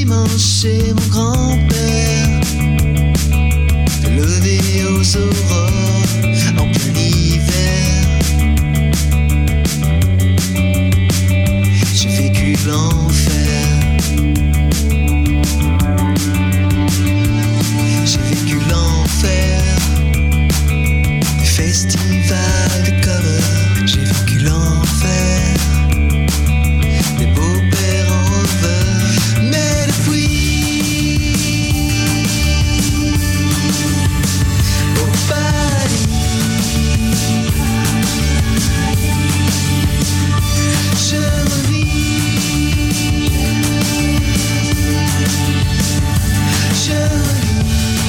dimanche chez mon grand-père, de lever aux aurores en plein hiver. J'ai vécu l'enfer. J'ai vécu l'enfer. Des festivals, des covers. J'ai vécu l'enfer. Des beaux-pères en rover. Mais depuis, au paradis, je revis. Je revis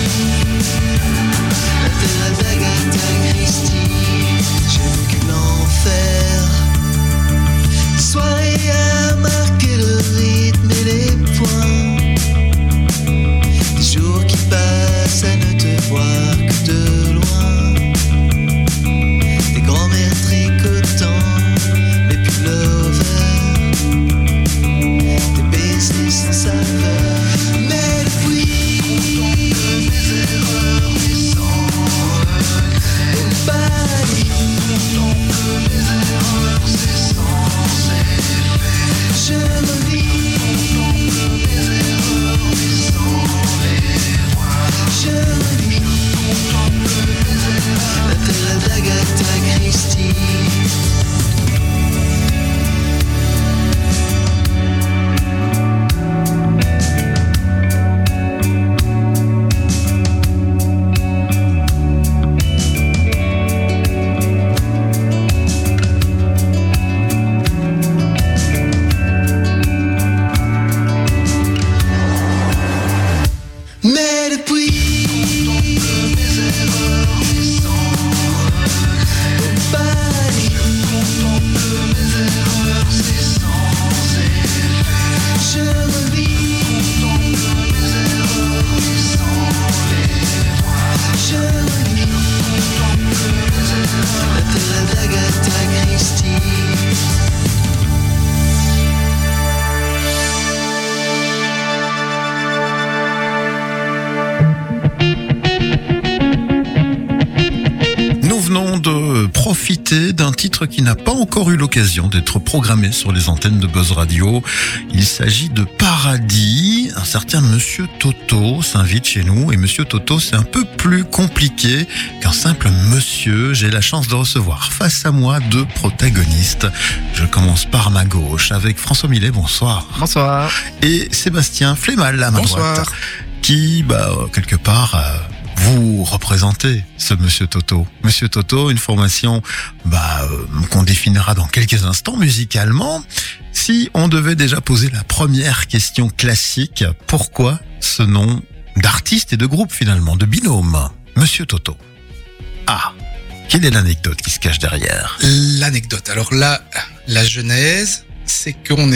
la terre d'Agatha Christie. J'ai vécu l'enfer. Soirée à marquer le rythme et les points. Des jours qui passent à ne te voir que de loin. Des grands-mères tricotant les pullovers. Des baisers sans saveur. Mais depuis, mes erreurs et sans regret. Au paradis, mes erreurs c'est sans effet. Je revis mes erreurs et sans les voir. Je revis la terre d'Agatha Christie. Mais depuis, mes erreurs et sans regret. Au paradis, mes erreurs c'est sans effet. Je revis mes erreurs et sans les voir. Je revis la terre d'Agatha Christie. Nous venons de profiter d'un titre qui n'a pas encore eu l'occasion d'être programmé sur les antennes de Buzz Radio. Il s'agit de Paradis. Un certain Monsieur Toto s'invite chez nous. Et Monsieur Toto, c'est un peu plus compliqué qu'un simple monsieur. J'ai la chance de recevoir face à moi deux protagonistes. Je commence par ma gauche avec François Millet. Bonsoir. Bonsoir. Et Sébastien Flémal à ma Bonsoir. droite. Qui, quelque part... vous représentez ce Monsieur Toto. Monsieur Toto, une formation qu'on définira dans quelques instants musicalement. Si on devait déjà poser la première question classique, pourquoi ce nom d'artiste et de groupe finalement, de binôme, Monsieur Toto? Ah, quelle est l'anecdote qui se cache derrière? L'anecdote. Alors là, la genèse, c'est qu'on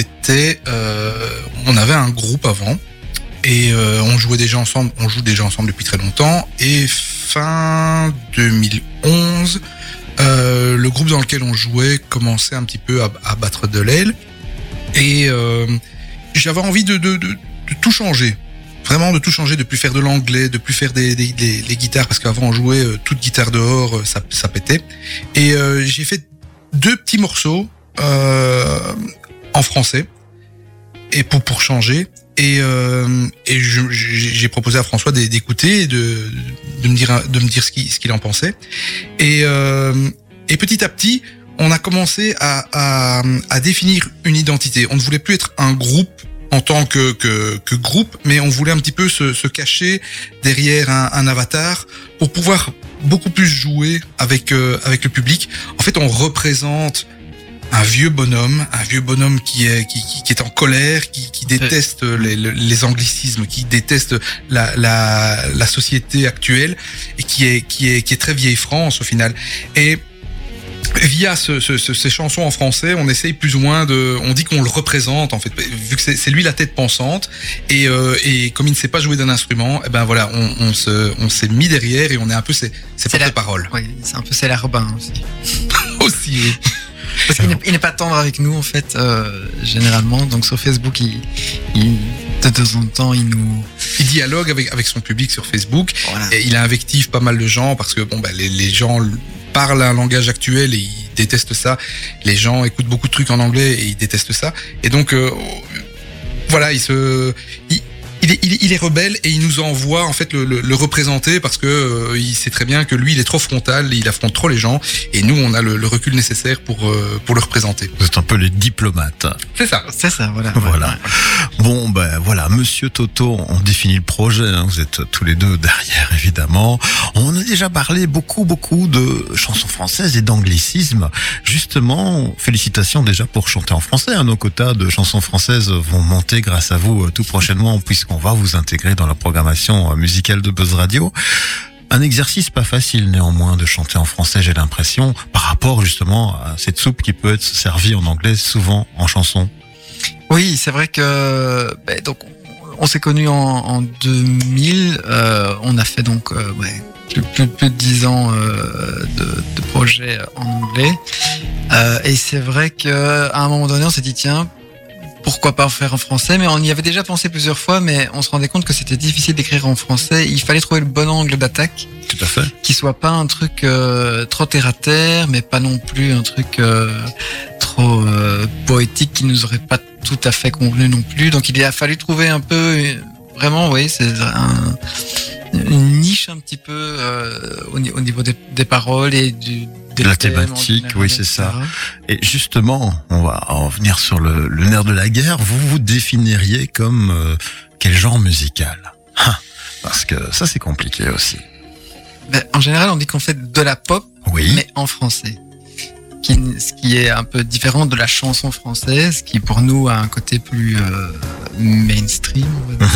on avait un groupe avant. Et on joue déjà ensemble depuis très longtemps. Et fin 2011, le groupe dans lequel on jouait commençait un petit peu à battre de l'aile. Et j'avais envie de tout changer. Vraiment de tout changer, de plus faire de l'anglais, de plus faire les guitares, parce qu'avant on jouait toute guitare dehors, ça pétait. Et j'ai fait 2 petits morceaux en français, et pour changer. Et j'ai proposé à François d'écouter et de me dire ce qu'il en pensait. Et petit à petit, on a commencé à définir une identité. On ne voulait plus être un groupe en tant que groupe, mais on voulait un petit peu se cacher derrière un avatar pour pouvoir beaucoup plus jouer avec le public. En fait, on représente un vieux bonhomme qui est en colère, qui déteste les anglicismes, qui déteste la société actuelle et qui est très vieille France au final. Et via ces chansons en français, on essaye plus ou moins on dit qu'on le représente en fait, vu que c'est lui la tête pensante, et comme il ne sait pas jouer d'un instrument, et ben voilà, on s'est mis derrière et on est un peu ses porte-paroles. Oui, c'est un peu c'est l'arbin aussi. Aussi. Parce qu'il n'est pas tendre avec nous en fait, généralement. Donc sur Facebook, il de temps en temps, il dialogue avec son public sur Facebook. Voilà. Et il invective pas mal de gens parce que les gens parlent un langage actuel et ils détestent ça. Les gens écoutent beaucoup de trucs en anglais et ils détestent ça. Et donc voilà, il est rebelle et il nous envoie en fait le représenter parce que il sait très bien que lui il est trop frontal, il affronte trop les gens et nous on a le recul nécessaire pour le représenter. Vous êtes un peu les diplomates. C'est ça. C'est ça, voilà. Voilà. Bon, ben voilà, Monsieur Toto, on définit le projet. Hein, vous êtes tous les deux derrière, évidemment. On a déjà parlé beaucoup de chansons françaises et d'anglicisme. Justement, félicitations déjà pour chanter en français. Hein. Nos quotas de chansons françaises vont monter grâce à vous tout prochainement, puisqu'on va vous intégrer dans la programmation musicale de Buzz Radio. Un exercice pas facile néanmoins de chanter en français, j'ai l'impression, par rapport justement à cette soupe qui peut être servie en anglais, souvent en chanson. Oui, c'est vrai que donc on s'est connus en 2000. On a fait donc plus de 10 ans de projets en anglais. Et c'est vrai qu'à un moment donné, on s'est dit tiens, pourquoi pas en faire en français, mais on y avait déjà pensé plusieurs fois, mais on se rendait compte que c'était difficile d'écrire en français. Il fallait trouver le bon angle d'attaque. Tout à fait. Qui soit pas un truc trop terre à terre, mais pas non plus un truc trop poétique qui nous aurait pas tout à fait convenu non plus. Donc il a fallu trouver un peu, vraiment, oui, c'est une niche un petit peu au niveau des paroles et de la thématique, oui, c'est ça. Et justement, on va en venir sur le nerf de la guerre. Vous vous définiriez comme quel genre musical? Parce que ça, c'est compliqué aussi. En général, on dit qu'on fait de la pop, oui, mais en français. Ce qui est un peu différent de la chanson française, qui pour nous a un côté plus mainstream.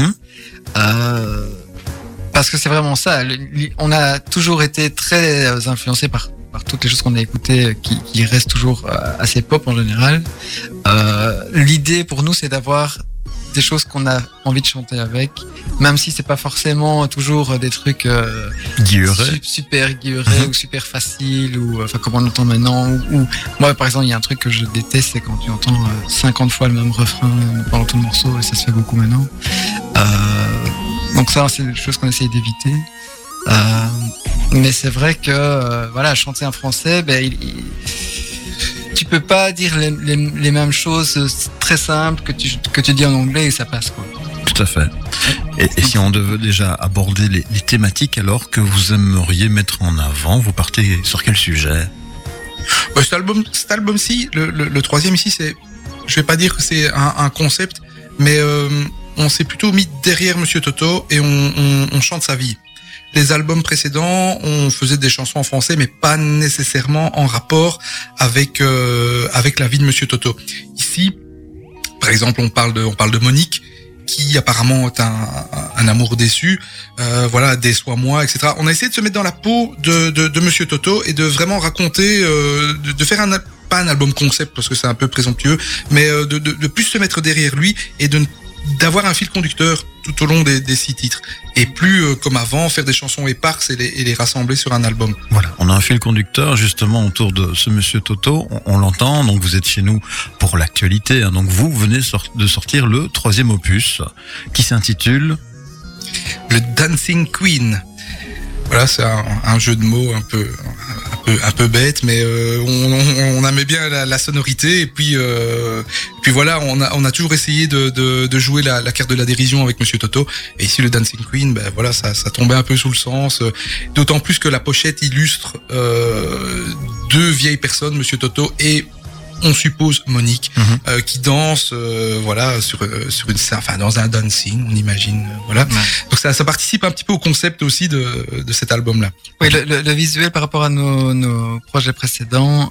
Parce que c'est vraiment ça. On a toujours été très influencé par toutes les choses qu'on a écoutées, qui restent toujours assez pop en général. L'idée pour nous, c'est d'avoir des choses qu'on a envie de chanter avec, même si c'est pas forcément toujours des trucs super guilleret ou super faciles, ou enfin comme on entend maintenant. Ou moi, par exemple, il y a un truc que je déteste, c'est quand tu entends 50 fois le même refrain pendant tout le morceau, et ça se fait beaucoup maintenant. Donc ça, c'est des choses qu'on essaye d'éviter. Mais c'est vrai que voilà, chanter en français, tu peux pas dire les mêmes choses très simples que tu dis en anglais et ça passe, quoi. Tout à fait. Et si on devait déjà aborder les thématiques alors que vous aimeriez mettre en avant, vous partez sur quel sujet? Cet album-ci, le troisième ici, je vais pas dire que c'est un concept, mais on s'est plutôt mis derrière Monsieur Toto et on chante sa vie. Les albums précédents, on faisait des chansons en français, mais pas nécessairement en rapport avec la vie de Monsieur Toto. Ici, par exemple, on parle de Monique, qui apparemment est un amour déçu, voilà, déçois-moi, etc. On a essayé de se mettre dans la peau de Monsieur Toto et de vraiment raconter, de faire pas un album concept parce que c'est un peu présomptueux, mais de plus se mettre derrière lui et d'avoir un fil conducteur tout au long des 6 titres. Et plus, comme avant, faire des chansons éparses et les rassembler sur un album. Voilà, on a un fil conducteur justement autour de ce Monsieur Toto. On l'entend, donc vous êtes chez nous pour l'actualité. Hein, donc vous venez de sortir le 3e opus qui s'intitule le Dancing Queen. Voilà, c'est un jeu de mots un peu bête, mais on aimait bien la sonorité et puis voilà, on a toujours essayé de jouer la carte de la dérision avec Monsieur Toto. Et ici le Dancing Queen, voilà, ça tombait un peu sous le sens. D'autant plus que la pochette illustre 2 vieilles personnes, Monsieur Toto et on suppose Monique, qui danse, voilà, sur une scène, enfin dans un dancing, on imagine, voilà. Ouais. Donc ça participe un petit peu au concept aussi de cet album-là. Oui, le visuel par rapport à nos projets précédents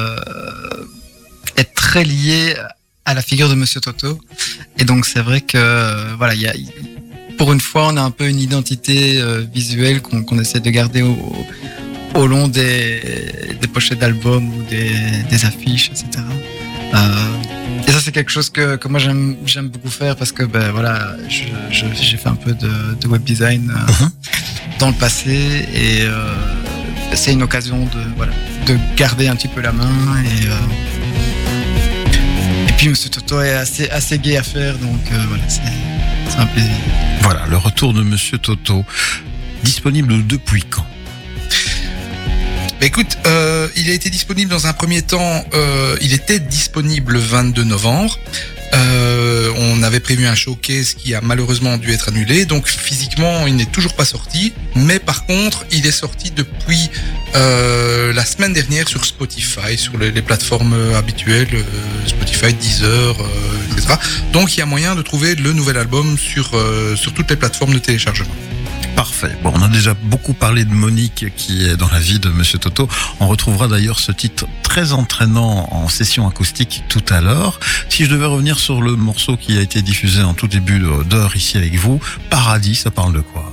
est très lié à la figure de Monsieur Toto, et donc c'est vrai que voilà, pour une fois, on a un peu une identité visuelle qu'on essaie de garder au long des pochettes d'albums ou des affiches, etc. Et ça, c'est quelque chose que moi j'aime beaucoup faire parce que voilà, j'ai fait un peu de web design dans le passé et c'est une occasion de garder un petit peu la main et puis Monsieur Toto est assez gai à faire, donc voilà, c'est un plaisir. Voilà, le retour de Monsieur Toto. Disponible depuis quand? Bah écoute, il a été disponible dans un premier temps, il était disponible le 22 novembre. On avait prévu un showcase qui a malheureusement dû être annulé, donc physiquement il n'est toujours pas sorti, mais par contre il est sorti depuis la semaine dernière sur Spotify, sur les plateformes habituelles, Spotify, Deezer, etc. Donc il y a moyen de trouver le nouvel album sur toutes les plateformes de téléchargement. Parfait. Bon, on a déjà beaucoup parlé de Monique qui est dans la vie de Monsieur Toto. On retrouvera d'ailleurs ce titre très entraînant en session acoustique tout à l'heure. Si je devais revenir sur le morceau qui a été diffusé en tout début d'heure ici avec vous, Paradis, ça parle de quoi?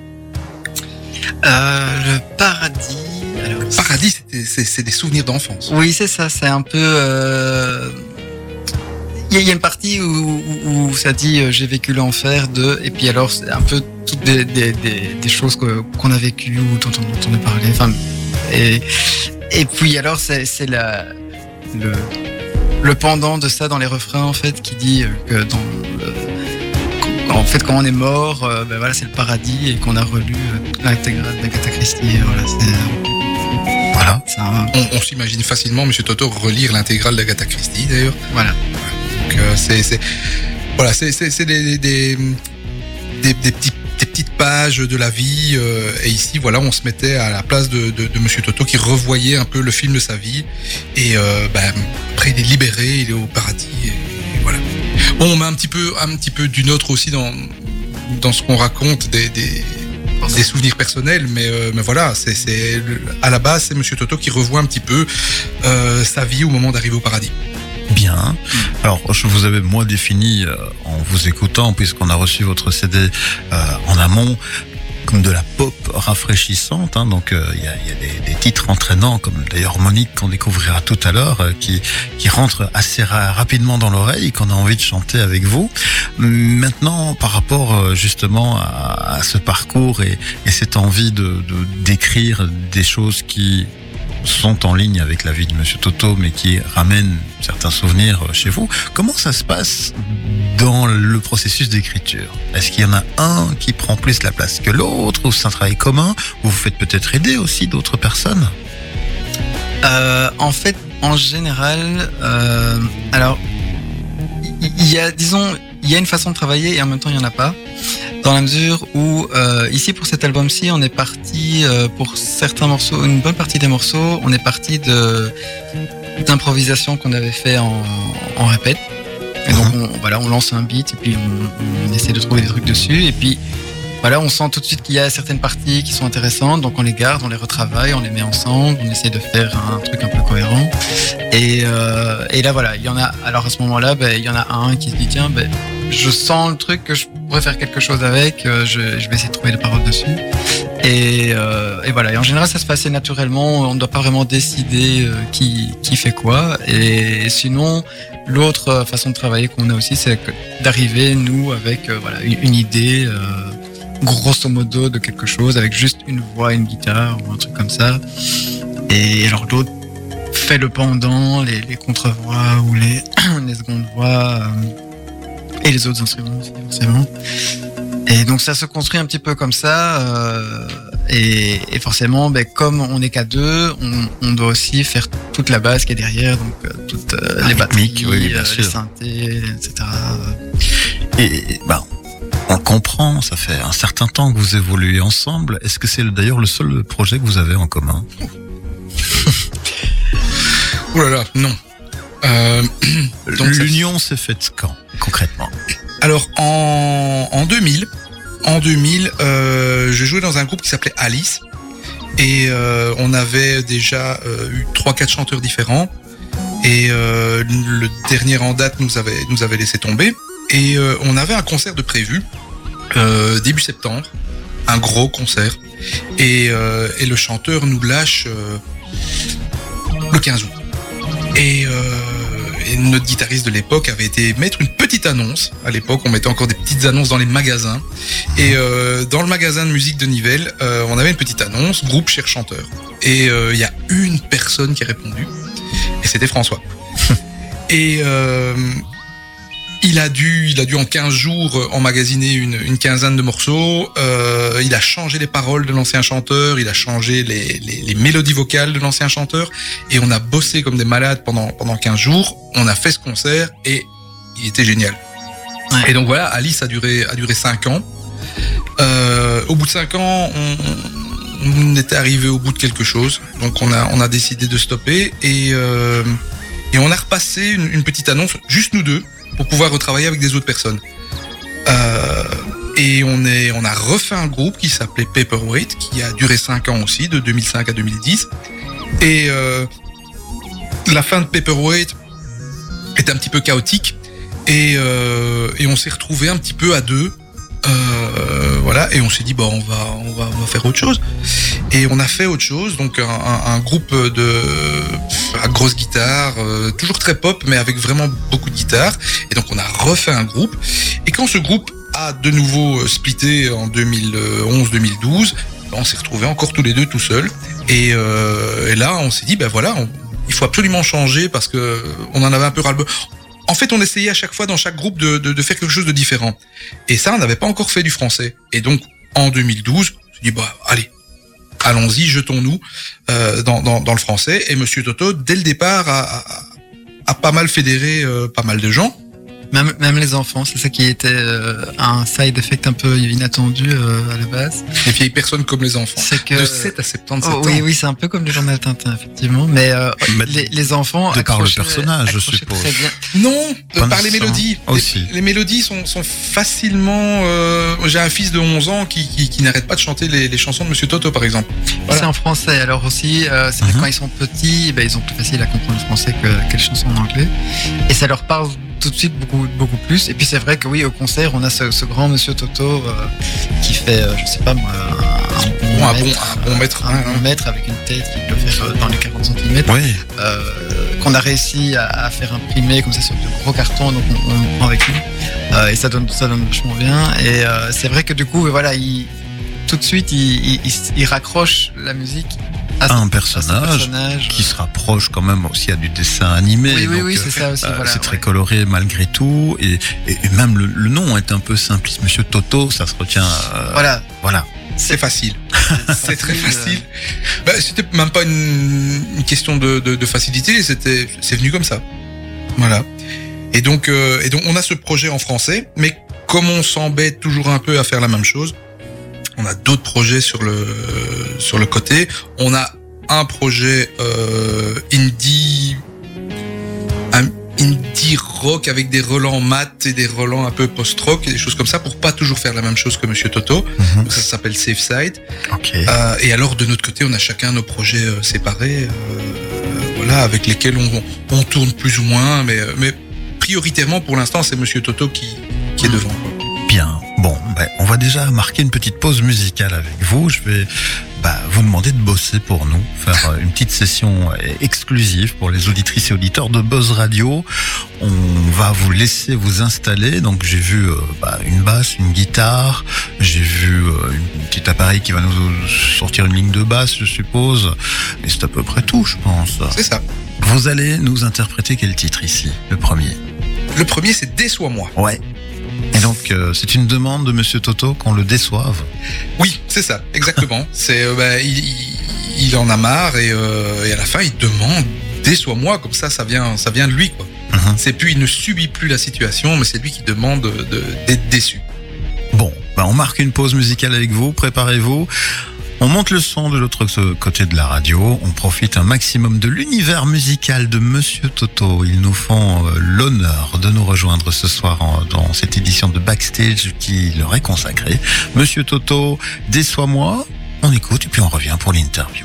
Le paradis. Alors, Paradis, c'est des souvenirs d'enfance. oui, c'est ça. C'est un peu. Il y a une partie où ça dit j'ai vécu l'enfer de, et puis alors c'est un peu toutes des choses qu'on a vécues ou dont on entendait parler. Enfin, et puis alors c'est le pendant de ça dans les refrains en fait qui dit que en fait quand on est mort, ben voilà, c'est le paradis, et qu'on a relu l'intégrale d'Agatha Christie. Et voilà, Voilà. c'est un- On s'imagine facilement Monsieur Toto relire l'intégrale d'Agatha Christie d'ailleurs. voilà. Donc c'est des petites pages de la vie, et ici voilà, on se mettait à la place de Monsieur Toto qui revoyait un peu le film de sa vie, et après il est libéré, il est au paradis, et voilà. Bon, on met un petit peu du nôtre aussi dans ce qu'on raconte, des souvenirs personnels, mais voilà, à la base c'est Monsieur Toto qui revoit un petit peu sa vie au moment d'arriver au paradis. Bien. Alors, je vous avais moi défini en vous écoutant, puisqu'on a reçu votre CD en amont, comme de la pop rafraîchissante. Hein, donc, il y a des titres entraînants, comme d'ailleurs Monique qu'on découvrira tout à l'heure, qui rentrent assez rapidement dans l'oreille, qu'on a envie de chanter avec vous. Maintenant, par rapport justement à ce parcours et cette envie d'écrire des choses qui sont en ligne avec la vie de Monsieur Toto, mais qui ramènent certains souvenirs chez vous. Comment ça se passe dans le processus d'écriture? Est-ce qu'il y en a un qui prend plus la place que l'autre, ou c'est un travail commun, ou vous faites peut-être aider aussi d'autres personnes? En fait, en général, alors il y a, disons, il y a une façon de travailler et en même temps il y en a pas. Dans la mesure où ici pour cet album-ci, on est parti pour certains morceaux, une bonne partie des morceaux, on est parti d'improvisation qu'on avait fait en répète. Et donc on lance un beat et puis on essaie de trouver des trucs dessus, et puis voilà, on sent tout de suite qu'il y a certaines parties qui sont intéressantes, donc on les garde, on les retravaille, on les met ensemble, on essaie de faire un truc un peu cohérent. Et là voilà, il y en a. Alors à ce moment-là, il y en a un qui se dit tiens, je sens le truc que je pourrais faire quelque chose avec, je vais essayer de trouver des paroles dessus. Et voilà. Et en général, ça se passe assez naturellement. On ne doit pas vraiment décider qui fait quoi. Et sinon, l'autre façon de travailler qu'on a aussi, c'est d'arriver nous avec voilà une idée. Grosso modo de quelque chose avec juste une voix, une guitare ou un truc comme ça. Et alors l'autre fait le pendant, les contre-voix ou les secondes voix et les autres instruments aussi forcément. Et donc ça se construit un petit peu comme ça. Et forcément, comme on n'est qu'à deux, on doit aussi faire toute la base qui est derrière, donc toutes les batteries, oui, bien les sûr. synthés, etc. Et on comprend, ça fait un certain temps que vous évoluez ensemble. Est-ce que c'est d'ailleurs le seul projet que vous avez en commun? Oh là là, non. Donc L'union s'est faite quand, concrètement? Alors en 2000, je jouais dans un groupe qui s'appelait Alice, et on avait déjà eu 3-4 chanteurs différents, et le dernier en date nous avait laissé tomber, et on avait un concert de prévu début septembre, un gros concert, et le chanteur nous lâche le 15 août. Et notre guitariste de l'époque avait été mettre une petite annonce. À l'époque, on mettait encore des petites annonces dans les magasins. Et dans le magasin de musique de Nivelles, on avait une petite annonce, groupe cher chanteur. Et il y a une personne qui a répondu. Et c'était François. Et Il a dû en 15 jours emmagasiner une quinzaine de morceaux. Il a changé les paroles de l'ancien chanteur, il a changé les mélodies vocales de l'ancien chanteur, et on a bossé comme des malades pendant 15 jours. On a fait ce concert et il était génial. Ouais. Et donc voilà, Alice a duré 5 ans. Au bout de 5 ans, on était arrivé au bout de quelque chose, donc on a décidé de stopper et on a repassé une petite annonce, juste nous deux, pour pouvoir retravailler avec des autres personnes. Et on a refait un groupe qui s'appelait Paperweight, qui a duré 5 ans aussi, de 2005 à 2010. Et la fin de Paperweight est un petit peu chaotique et on s'est retrouvés un petit peu à deux. Voilà, et on s'est dit on va faire autre chose, et on a fait autre chose, donc un groupe à grosse guitare, toujours très pop mais avec vraiment beaucoup de guitare, et donc on a refait un groupe, et quand ce groupe a de nouveau splitté en 2011-2012, on s'est retrouvés encore tous les deux tout seuls, et là on s'est dit il faut absolument changer parce que on en avait un peu ras-le-bol. En fait, on essayait à chaque fois dans chaque groupe de faire quelque chose de différent. Et ça, on n'avait pas encore fait du français. Et donc, en 2012, on s'est dit, allez, allons-y, jetons-nous dans le français. Et Monsieur Toto, dès le départ, a pas mal fédéré pas mal de gens. Même les enfants, c'est ça qui était un side effect un peu inattendu à la base. Les vieilles personnes comme les enfants. C'est que... De 7 à 77 ans. Oui, c'est un peu comme le journal Tintin, effectivement. Mais les enfants... De par le personnage, je suppose. Très bien. Non, par les mélodies. Aussi. Les mélodies sont facilement... J'ai un fils de 11 ans qui n'arrête pas de chanter les chansons de Monsieur Toto, par exemple. Voilà. C'est en français. Alors aussi, c'est que quand ils sont petits, ils ont plus facile à comprendre le français que les chansons en anglais. Et ça leur parle tout de suite beaucoup plus. Et puis c'est vrai que oui, au concert, on a ce grand Monsieur Toto qui fait, je sais pas moi, un bon mètre. Un bon mètre avec une tête qui peut faire dans les 40 cm. Oui. Qu'on a réussi à faire imprimer comme ça sur de gros cartons, donc on prend avec nous. Et ça donne vachement bien. Et c'est vrai que du coup, voilà, tout de suite, il raccroche la musique à un personnage qui se rapproche quand même aussi à du dessin animé. Oui, c'est ça aussi. Voilà, c'est très coloré malgré tout, et même le nom est un peu simpliste. Monsieur Toto, ça se retient. Voilà. C'est facile. C'est très facile. C'était même pas une question de facilité. C'est venu comme ça. Voilà. Et donc on a ce projet en français, mais comme on s'embête toujours un peu à faire la même chose, on a d'autres projets sur le côté. On a un projet indie rock avec des relents mat et des relents un peu post-rock et des choses comme ça pour pas toujours faire la même chose que Monsieur Toto. Donc ça s'appelle Safe Side. Okay. Et alors de notre côté, on a chacun nos projets séparés, voilà, avec lesquels on tourne plus ou moins, mais prioritairement pour l'instant, c'est Monsieur Toto qui est devant. Bien. Bon, on va déjà marquer une petite pause musicale avec vous. Je vais vous demander de bosser pour nous, faire une petite session exclusive pour les auditrices et auditeurs de Buzz Radio. On va vous laisser vous installer. Donc j'ai vu une basse, une guitare, j'ai vu un petit appareil qui va nous sortir une ligne de basse, je suppose. Et c'est à peu près tout, je pense. C'est ça. Vous allez nous interpréter quel titre ici, le premier? Le premier, c'est Déçois-moi. Ouais. Et donc, c'est une demande de Monsieur Toto qu'on le déçoive. Oui, c'est ça, exactement. C'est, il en a marre et à la fin, il demande déçois-moi, comme ça vient de lui, quoi. C'est plus, il ne subit plus la situation, mais c'est lui qui demande d'être déçu. Bon, on marque une pause musicale avec vous. Préparez-vous. On monte le son de l'autre côté de la radio, on profite un maximum de l'univers musical de Monsieur Toto. Ils nous font l'honneur de nous rejoindre ce soir dans cette édition de Backstage qui leur est consacrée. Monsieur Toto, déçois-moi, on écoute et puis on revient pour l'interview.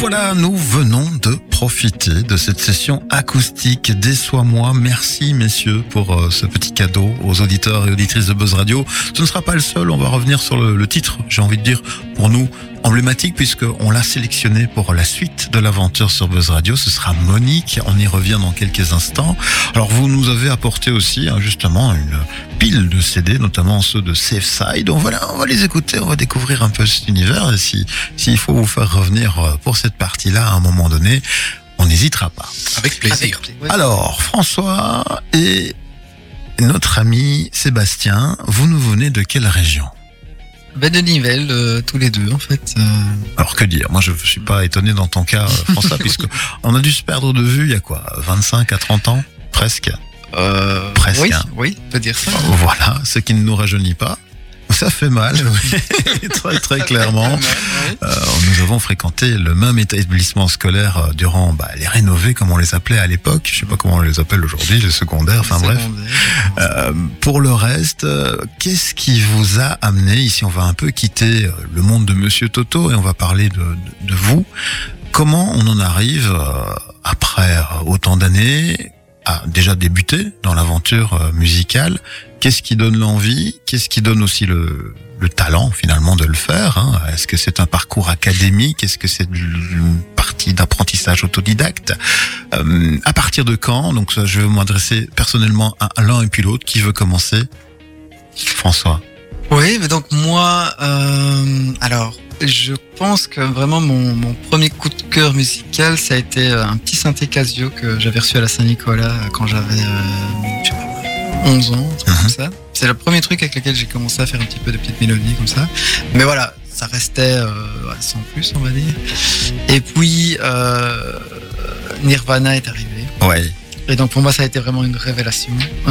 Voilà, nous venons de profiter de cette session acoustique Déçois-moi. Merci messieurs pour ce petit cadeau aux auditeurs et auditrices de Buzz Radio. Ce ne sera pas le seul, on va revenir sur le titre, j'ai envie de dire, pour nous emblématique puisqu'on l'a sélectionné pour la suite de l'aventure sur Buzz Radio. Ce sera Monique, on y revient dans quelques instants. Alors vous nous avez apporté aussi justement une pile de CD, notamment ceux de Safe Side. On va les écouter, on va découvrir un peu cet univers et s'il faut vous faire revenir pour cette partie-là à un moment donné, on n'hésitera pas. Avec plaisir. Oui. Alors François et notre ami Sébastien, vous nous venez de quelle région ? De Nivelles, tous les deux en fait. Alors que dire, moi je suis pas étonné dans ton cas François puisque on a dû se perdre de vue il y a quoi, 25 à 30 ans presque. Presque. Oui, hein. oui, on peut dire ça. Voilà, ce qui ne nous rajeunit pas. Ça fait mal, oui. très très clairement. Nous avons fréquenté le même établissement scolaire durant les rénovés comme on les appelait à l'époque. Je sais pas comment on les appelle aujourd'hui, les secondaires. Enfin bref. Pour le reste, qu'est-ce qui vous a amené ici? On va un peu quitter le monde de Monsieur Toto et on va parler de vous. Comment on en arrive après autant d'années à déjà débuter dans l'aventure musicale? Qu'est-ce qui donne l'envie? Qu'est-ce qui donne aussi le talent finalement de le faire, hein? Est-ce que c'est un parcours académique? Est-ce que c'est une partie d'apprentissage autodidacte? À partir de quand? Donc ça, je vais m'adresser personnellement à l'un et puis l'autre. Qui veut commencer? François. Oui, mais donc moi, alors je pense que vraiment mon premier coup de cœur musical, ça a été un petit synthé Casio que j'avais reçu à la Saint-Nicolas quand j'avais, je sais pas, 11 ans, un truc comme ça. C'est le premier truc avec lequel j'ai commencé à faire un petit peu de petites mélodies comme ça. Mais voilà, ça restait sans plus, on va dire. Et puis Nirvana est arrivé. Ouais. Et donc pour moi, ça a été vraiment une révélation.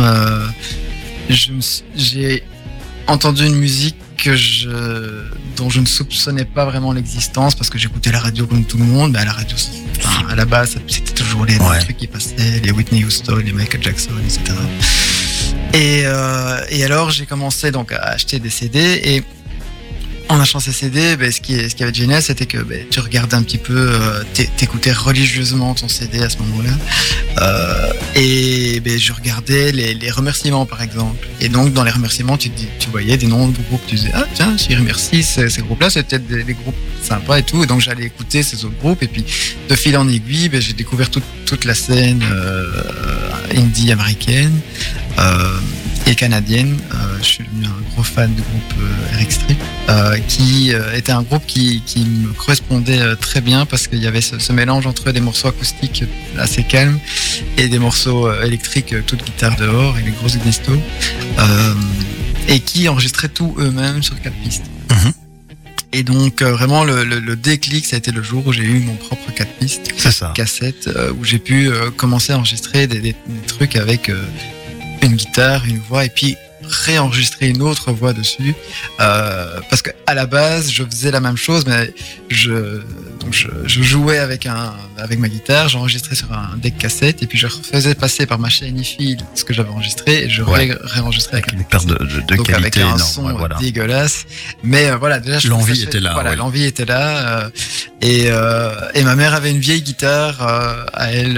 J'ai entendu une musique dont je ne soupçonnais pas vraiment l'existence parce que j'écoutais la radio comme tout le monde. Mais à la radio, à la base, c'était toujours les trucs qui passaient, les Whitney Houston, les Michael Jackson, etc. Et alors j'ai commencé donc à acheter des CD et en achetant ces CD, ce qui avait de génial, c'était que tu regardais un petit peu, t'écoutais religieusement ton CD à ce moment-là, et je regardais les remerciements par exemple. Et donc dans les remerciements, tu voyais des noms de groupes, tu disais ah tiens, je remercie ces groupes-là, c'est peut-être des groupes sympas et tout. Et donc j'allais écouter ces autres groupes et puis de fil en aiguille, j'ai découvert toute la scène indie américaine. Et canadienne. Je suis devenu un gros fan du groupe Eric Strip, qui était un groupe qui me correspondait très bien parce qu'il y avait ce mélange entre des morceaux acoustiques assez calmes et des morceaux électriques, toute guitare dehors et les grosses gnistos, et qui enregistraient tout eux-mêmes sur 4 pistes. Et donc vraiment le déclic, ça a été le jour où j'ai eu mon propre 4 pistes, cassette, où j'ai pu commencer à enregistrer des trucs avec une guitare, une voix et puis réenregistrer une autre voix dessus, parce que à la base je faisais la même chose, mais je jouais avec ma guitare, j'enregistrais sur un deck cassette et puis je faisais passer par ma chaîne hi-fi ce que j'avais enregistré et je réenregistrais avec une perte de donc qualité avec un énorme, son dégueulasse, mais voilà, déjà l'envie était là. Voilà, l'envie était là, et ma mère avait une vieille guitare à elle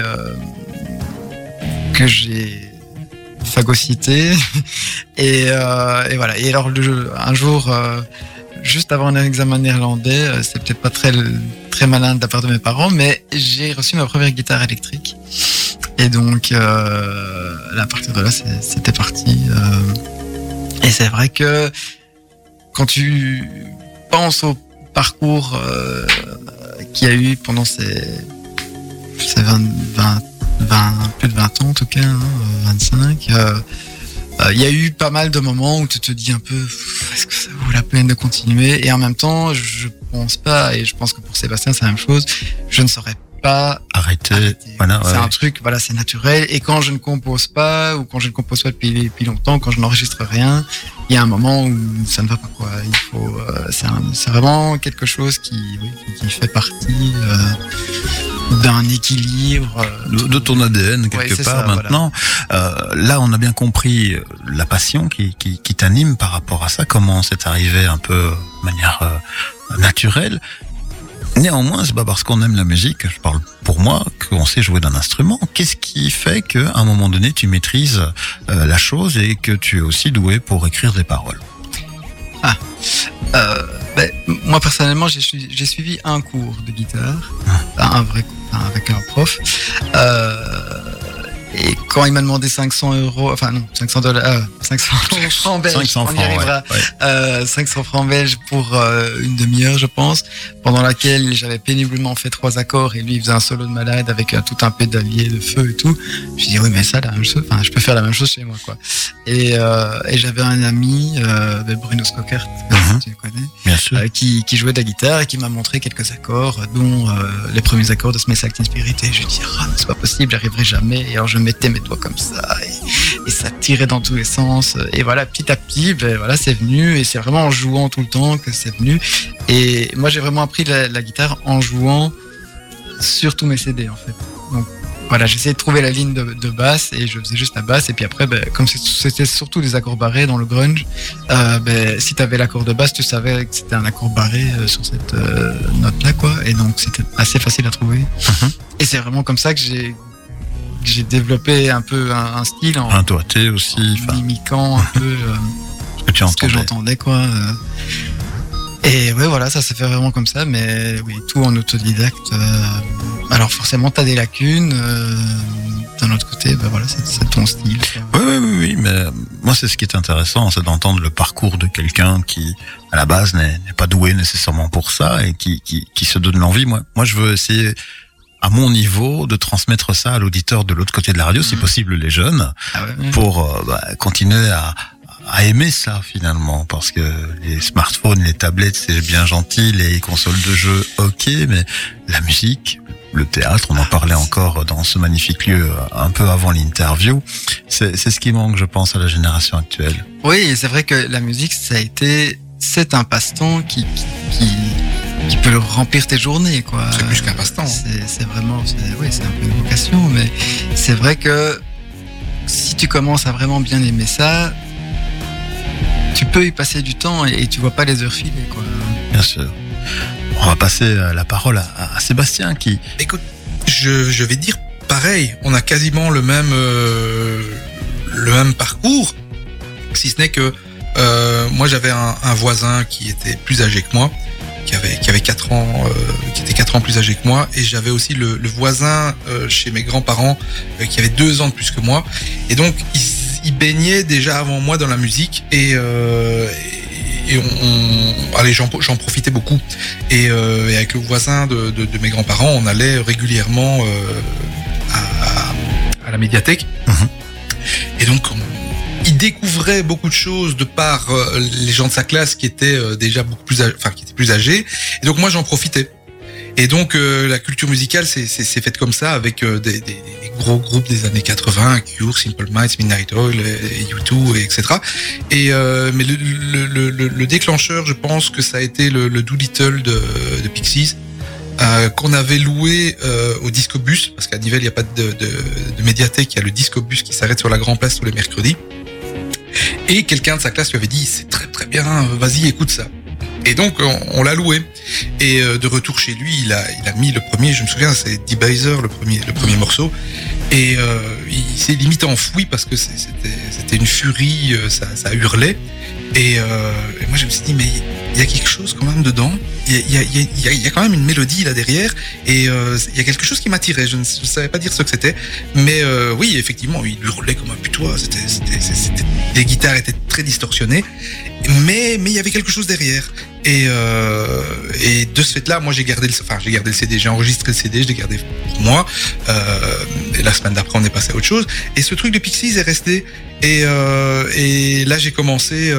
que j'ai phagocyté et voilà. Et alors un jour, juste avant un examen néerlandais, c'est peut-être pas très malin de la part de mes parents, mais j'ai reçu ma première guitare électrique et donc à partir de là c'était parti, et c'est vrai que quand tu penses au parcours qu'il y a eu pendant ces 20, plus de 20 ans en tout cas, 25. Il y a eu pas mal de moments où tu te dis un peu, est-ce que ça vaut la peine de continuer? Et en même temps, je pense pas, et je pense que pour Sébastien c'est la même chose, je ne saurais pas arrêter. Voilà, c'est un truc, voilà, c'est naturel. Et quand je ne compose pas, ou quand je ne compose pas depuis longtemps, quand je n'enregistre rien, il y a un moment où ça ne va pas, quoi. Il faut, c'est vraiment quelque chose qui fait partie d'un équilibre de ton ADN quelque part ça, maintenant. Voilà. Là, on a bien compris la passion qui t'anime par rapport à ça. Comment c'est arrivé un peu de manière naturelle. Néanmoins, c'est pas parce qu'on aime la musique, je parle pour moi, qu'on sait jouer d'un instrument. Qu'est-ce qui fait qu'à un moment donné, tu maîtrises la chose et que tu es aussi doué pour écrire des paroles? Moi personnellement, j'ai suivi un cours de guitare, un vrai cours, avec un prof. Et quand il m'a demandé 500 francs belges, 500 on y francs, arrivera. ouais. 500 francs belges pour une demi-heure, je pense, pendant laquelle j'avais péniblement fait 3 accords et lui il faisait un solo de malade avec tout un pédalier de feu et tout. Je me suis dit oui, mais ça, la même chose, je peux faire la même chose chez moi, quoi. Et j'avais un ami, Bruno Skokert, tu le connais, Bien sûr. qui jouait de la guitare et qui m'a montré quelques accords, dont les premiers accords de Smith Acting Spirit. Et je lui dis c'est pas possible, j'arriverai jamais. Et alors je mettais mes doigts comme ça et ça tirait dans tous les sens. Et voilà, petit à petit, c'est venu, et c'est vraiment en jouant tout le temps que c'est venu. Et moi, j'ai vraiment appris la guitare en jouant sur tous mes CD, en fait. Donc voilà, j'essayais de trouver la ligne de basse et je faisais juste la basse. Et puis après, comme c'était surtout des accords barrés dans le grunge, si t'avais l'accord de basse, tu savais que c'était un accord barré sur cette note-là, quoi. Et donc c'était assez facile à trouver. Et c'est vraiment comme ça que j'ai développé un peu un style en Doigté aussi, mimiquant un peu ce que j'entendais, quoi. Et ouais, voilà, ça s'est fait vraiment comme ça, mais oui, tout en autodidacte. Alors forcément, t'as des lacunes. D'un autre côté, c'est ton style. Oui, mais moi, c'est ce qui est intéressant, c'est d'entendre le parcours de quelqu'un qui, à la base, n'est pas doué nécessairement pour ça et qui se donne l'envie. Moi, je veux essayer, à mon niveau, de transmettre ça à l'auditeur de l'autre côté de la radio, si possible les jeunes, pour continuer à aimer ça finalement, parce que les smartphones, les tablettes, c'est bien gentil, les consoles de jeux, ok, mais la musique, le théâtre, on en parlait encore dans ce magnifique lieu un peu avant l'interview, c'est ce qui manque, je pense, à la génération actuelle. Oui, et c'est vrai que la musique, c'est un passe-temps qui peut remplir tes journées, quoi. C'est plus qu'un passe-temps. C'est vraiment, c'est un peu une vocation, mais c'est vrai que si tu commences à vraiment bien aimer ça, tu peux y passer du temps et tu vois pas les heures filer, quoi. Bien sûr. On va passer la parole à Sébastien qui... Écoute, je vais dire pareil, on a quasiment le même parcours, si ce n'est que moi j'avais un voisin qui était plus âgé que moi, qui avait 4 ans, qui était 4 ans plus âgé que moi, et j'avais aussi le voisin chez mes grands-parents qui avait 2 ans de plus que moi, et donc il baignait déjà avant moi dans la musique, et j'en profitais beaucoup, et avec le voisin de mes grands-parents, on allait régulièrement à la médiathèque, et donc il découvrait beaucoup de choses de par les gens de sa classe qui étaient déjà qui étaient plus âgés, et donc moi j'en profitais. Et donc la culture musicale c'est faite comme ça, avec des gros groupes des années 80, Cure, Simple Minds, Midnight Oil, U2, etc. Et mais le déclencheur, je pense que ça a été le Doolittle de Pixies, qu'on avait loué au Discobus, parce qu'à Nivelles il n'y a pas de médiathèque, il y a le Discobus qui s'arrête sur la Grand Place tous les mercredis. Et quelqu'un de sa classe lui avait dit c'est très très bien, vas-y écoute ça. Et donc on l'a loué, et de retour chez lui il a mis le premier, je me souviens, c'est Debaser, le premier morceau, et il s'est limite enfoui parce que c'était une furie, ça hurlait, et moi je me suis dit mais il y a quelque chose quand même dedans, il y a quand même une mélodie là derrière, et il y a quelque chose qui m'attirait, je ne savais pas dire ce que c'était, mais oui effectivement il hurlait comme un putois, les guitares étaient très distorsionnées, mais il y avait quelque chose derrière, et de ce fait là moi j'ai gardé le CD, j'ai enregistré le CD, je l'ai gardé pour moi, et la semaine d'après on est passé à autre chose, et ce truc de Pixies est resté, et là j'ai commencé,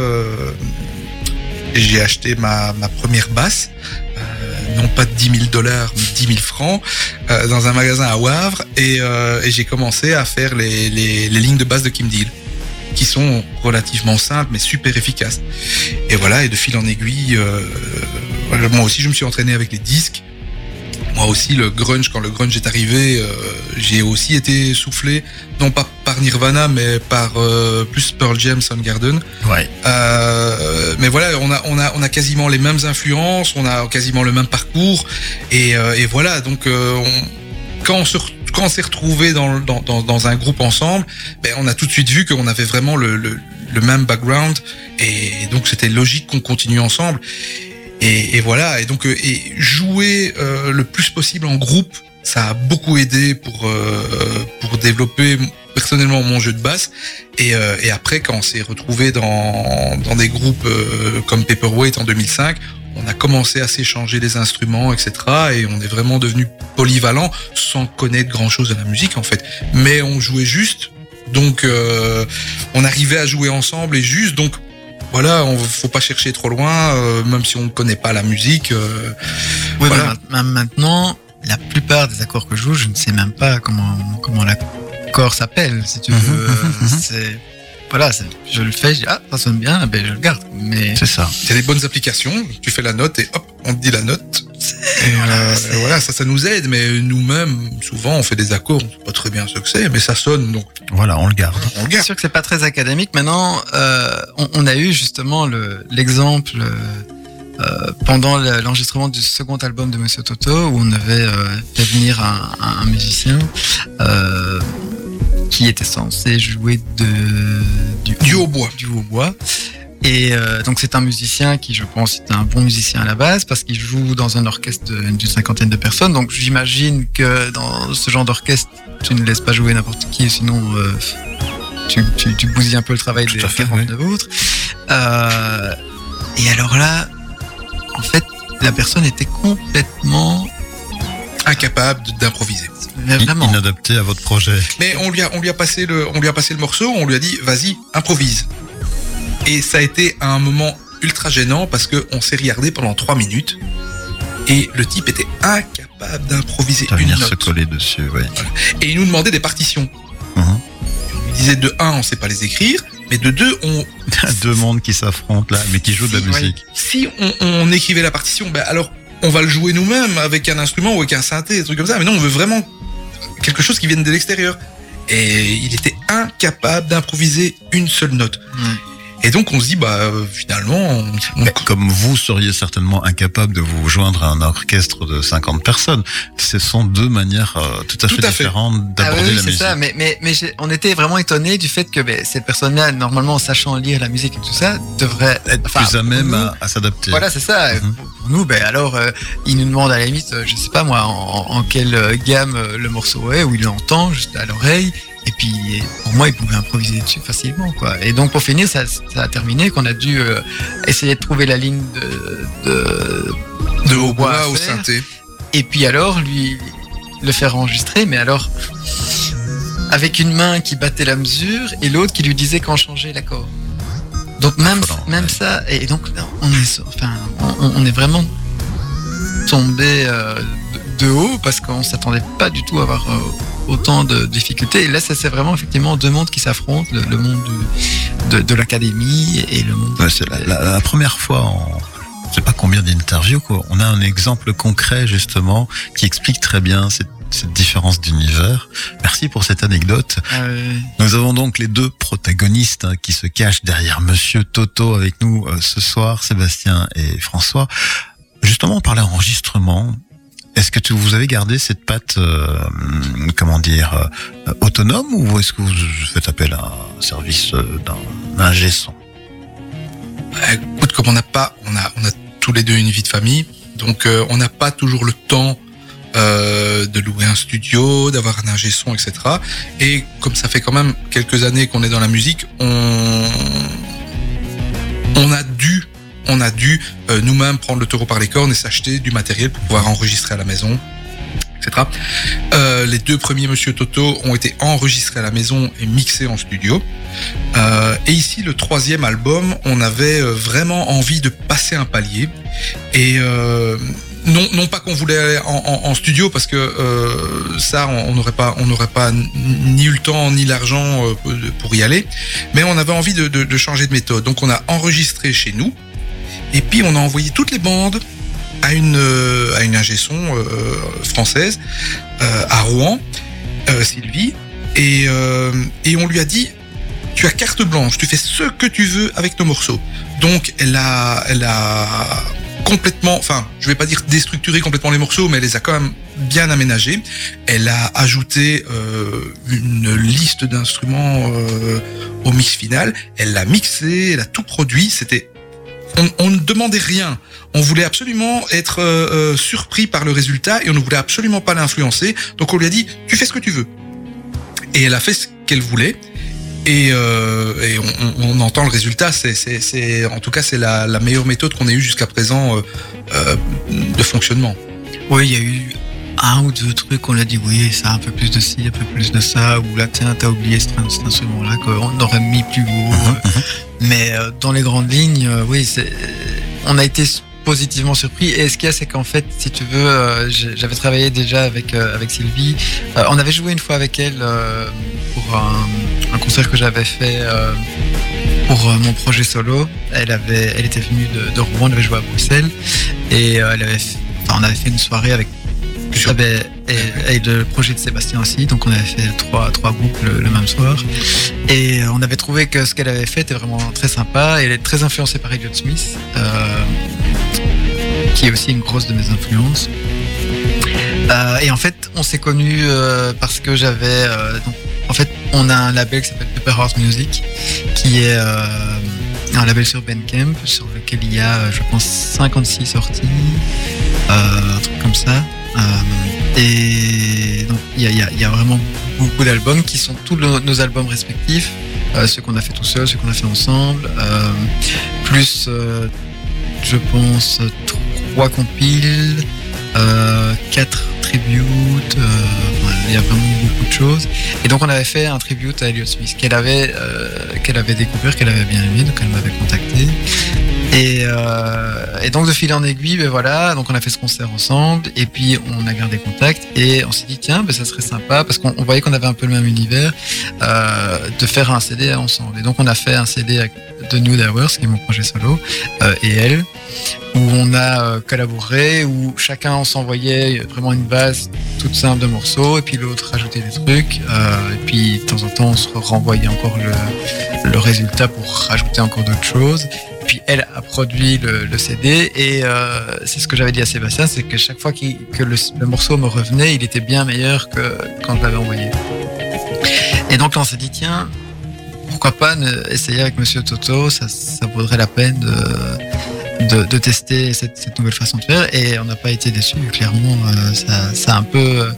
j'ai acheté ma première basse, non pas de $10 000, mais 10 000 francs, dans un magasin à Wavre, et j'ai commencé à faire les lignes de basse de Kim Deal, qui sont relativement simples mais super efficaces. Et voilà, et de fil en aiguille, moi aussi je me suis entraîné avec les disques. moi aussi, le grunge, quand le grunge est arrivé, j'ai aussi été soufflé, non pas par Nirvana, mais par plus Pearl Jam, Soundgarden. Ouais. Mais voilà, on a quasiment les mêmes influences, on a quasiment le même parcours, et voilà. Donc, quand on s'est retrouvés dans un groupe ensemble, ben on a tout de suite vu qu'on avait vraiment le même background, et donc c'était logique qu'on continue ensemble. Et voilà, et donc et jouer le plus possible en groupe, ça a beaucoup aidé pour développer personnellement mon jeu de basse. Et après, quand on s'est retrouvé dans des groupes comme Paperweight en 2005, on a commencé à s'échanger des instruments, etc. Et on est vraiment devenu polyvalent sans connaître grand-chose de la musique en fait. Mais on jouait juste, donc on arrivait à jouer ensemble et juste, donc voilà, faut pas chercher trop loin, même si on ne connaît pas la musique. Oui, voilà. mais maintenant, la plupart des accords que je joue, je ne sais même pas comment l'accord s'appelle, si tu veux. C'est voilà, je le fais, je dis ça sonne bien, ben je le garde. Mais C'est ça. Il y a des bonnes applications, tu fais la note et hop, on te dit la note. Et voilà, ça nous aide, mais nous-mêmes, souvent, on fait des accords, on sait pas très bien ce que c'est, mais ça sonne, donc Voilà, on le garde. on le c'est garde. sûr que c'est pas très académique. Maintenant, on a eu justement l'exemple pendant l'enregistrement du second album de Monsieur Toto, où on avait fait venir un musicien qui était censé jouer Du hautbois. du hautbois. Et donc c'est un musicien qui, je pense, est un bon musicien à la base, parce qu'il joue dans un orchestre d'une cinquantaine de personnes. Donc j'imagine que dans ce genre d'orchestre, tu ne laisses pas jouer n'importe qui, sinon tu bousilles un peu le travail Tout des à fait, 49 autres. Et alors là, en fait, la personne était complètement... Incapable d'improviser. Vraiment. Inadapté à votre projet. Mais on lui a passé le morceau, on lui a dit, vas-y, improvise. Et ça a été un moment ultra gênant parce que on s'est regardé pendant 3 minutes et le type était incapable d'improviser À une venir se note. coller dessus, oui. Et il nous demandait des partitions. Mhm. Il disait de 1, on sait pas les écrire, mais de 2, Deux mondes qui s'affrontent là, mais qui jouent de la Si, musique. si on écrivait la partition, ben alors on va le jouer nous-mêmes avec un instrument ou avec un synthé, des trucs comme ça. Mais non, on veut vraiment quelque chose qui vienne de l'extérieur. Et il était incapable d'improviser une seule note. Ouais. Et donc on se dit, finalement, Mais comme vous seriez certainement incapable de vous joindre à un orchestre de 50 personnes, ce sont deux manières tout à fait différentes d'aborder oui, la c'est musique. ça. Mais on était vraiment étonnés du fait que cette personne-là, normalement, sachant lire la musique et tout ça, devrait Être plus à même à s'adapter. Voilà, c'est ça. Mhm. Pour nous, alors, il nous demande à la limite, je sais pas moi, en quelle gamme le morceau est, où il l'entend juste à l'oreille. Et puis, pour moi, il pouvait improviser dessus facilement, quoi. Et donc, pour finir, ça a terminé qu'on a dû essayer de trouver la ligne de hautbois à au faire. synthé. Et puis alors, lui, le faire enregistrer, mais alors, avec une main qui battait la mesure et l'autre qui lui disait quand changer l'accord. Donc même Ouais. ça, et donc on est vraiment tombé de haut parce qu'on s'attendait pas du tout à avoir autant de difficultés. Et là, ça c'est vraiment effectivement deux mondes qui s'affrontent, le monde de l'académie et le monde. Ouais, c'est la première fois en je sais pas combien d'interviews quoi. On a un exemple concret justement qui explique très bien cette différence d'univers. Merci pour cette anecdote. Nous avons donc les deux protagonistes qui se cachent derrière Monsieur Toto avec nous ce soir, Sébastien et François. Justement, on parlait enregistrement. Est-ce que vous avez gardé cette patte, autonome, ou est-ce que vous faites appel à un service d'un ingé son? Écoute, comme on a tous les deux une vie de famille, donc on n'a pas toujours le temps de louer un studio, d'avoir un ingé son, etc. Et comme ça fait quand même quelques années qu'on est dans la musique, on a dû nous-mêmes prendre le taureau par les cornes et s'acheter du matériel pour pouvoir enregistrer à la maison, etc. Les deux premiers Monsieur Toto ont été enregistrés à la maison et mixés en studio. Et ici, le troisième album, on avait vraiment envie de passer un palier. Et non pas qu'on voulait aller en studio, parce que ça, on n'aurait pas ni eu le temps ni l'argent pour y aller. Mais on avait envie de changer de méthode. Donc on a enregistré chez nous. Et puis on a envoyé toutes les bandes à une ingé son française à Rouen, Sylvie, et on lui a dit tu as carte blanche, tu fais ce que tu veux avec nos morceaux. Donc elle a complètement, enfin je vais pas dire déstructuré complètement les morceaux, mais elle les a quand même bien aménagés. Elle a ajouté une liste d'instruments au mix final. Elle l'a mixé, elle a tout produit. On ne demandait rien. On voulait absolument être surpris par le résultat et on ne voulait absolument pas l'influencer. Donc on lui a dit tu fais ce que tu veux. Et elle a fait ce qu'elle voulait. Et on entend le résultat. En tout cas, c'est la meilleure méthode qu'on ait eue jusqu'à présent de fonctionnement. Oui, il y a eu un ou deux trucs, on a dit oui, ça un peu plus de ci, un peu plus de ça, ou là tiens, t'as oublié cet instrument-là qu'on aurait mis plus haut. Mais dans les grandes lignes, oui, on a été positivement surpris. Et ce qu'il y a, c'est qu'en fait, si tu veux, j'avais travaillé déjà avec Sylvie. On avait joué une fois avec elle pour un concert que j'avais fait pour mon projet solo. Elle était venue de Rouen, elle avait joué à Bruxelles et on avait fait une soirée avec et le projet de Sébastien aussi. Donc on avait fait trois groupes le même soir et on avait trouvé que ce qu'elle avait fait était vraiment très sympa. Elle est très influencée par Elliott Smith, qui est aussi une grosse de mes influences. Et en fait, on s'est connus parce que en fait, on a un label qui s'appelle Pepper Heart Music, qui est un label sur Bandcamp, sur lequel il y a, je pense, 56 sorties, un truc comme ça. Et donc, il y a vraiment beaucoup d'albums qui sont tous nos albums respectifs, ceux qu'on a fait tout seul, ceux qu'on a fait ensemble, plus, je pense, 3 compiles, 4 tributes, il y a vraiment beaucoup de choses. Et donc on avait fait un tribute à Elliott Smith qu'elle avait découvert, qu'elle avait bien aimé, donc elle m'avait contacté. Et donc de fil en aiguille, ben voilà, donc on a fait ce concert ensemble et puis on a gardé contact et on s'est dit tiens, ben ça serait sympa parce qu'on voyait qu'on avait un peu le même univers, de faire un CD ensemble. Et donc on a fait un CD avec The Nude Hours, qui est mon projet solo, et elle, où on a collaboré, où chacun s'envoyait vraiment une base toute simple de morceaux et puis l'autre rajoutait des trucs, et puis de temps en temps on se renvoyait encore le résultat pour rajouter encore d'autres choses. Puis elle a produit le CD et c'est ce que j'avais dit à Sébastien, c'est que chaque fois que le morceau me revenait, il était bien meilleur que quand je l'avais envoyé. Et donc là on s'est dit tiens, pourquoi pas essayer avec Monsieur Toto, ça vaudrait la peine de tester cette nouvelle façon de faire et on n'a pas été déçus. Clairement, ça a un peu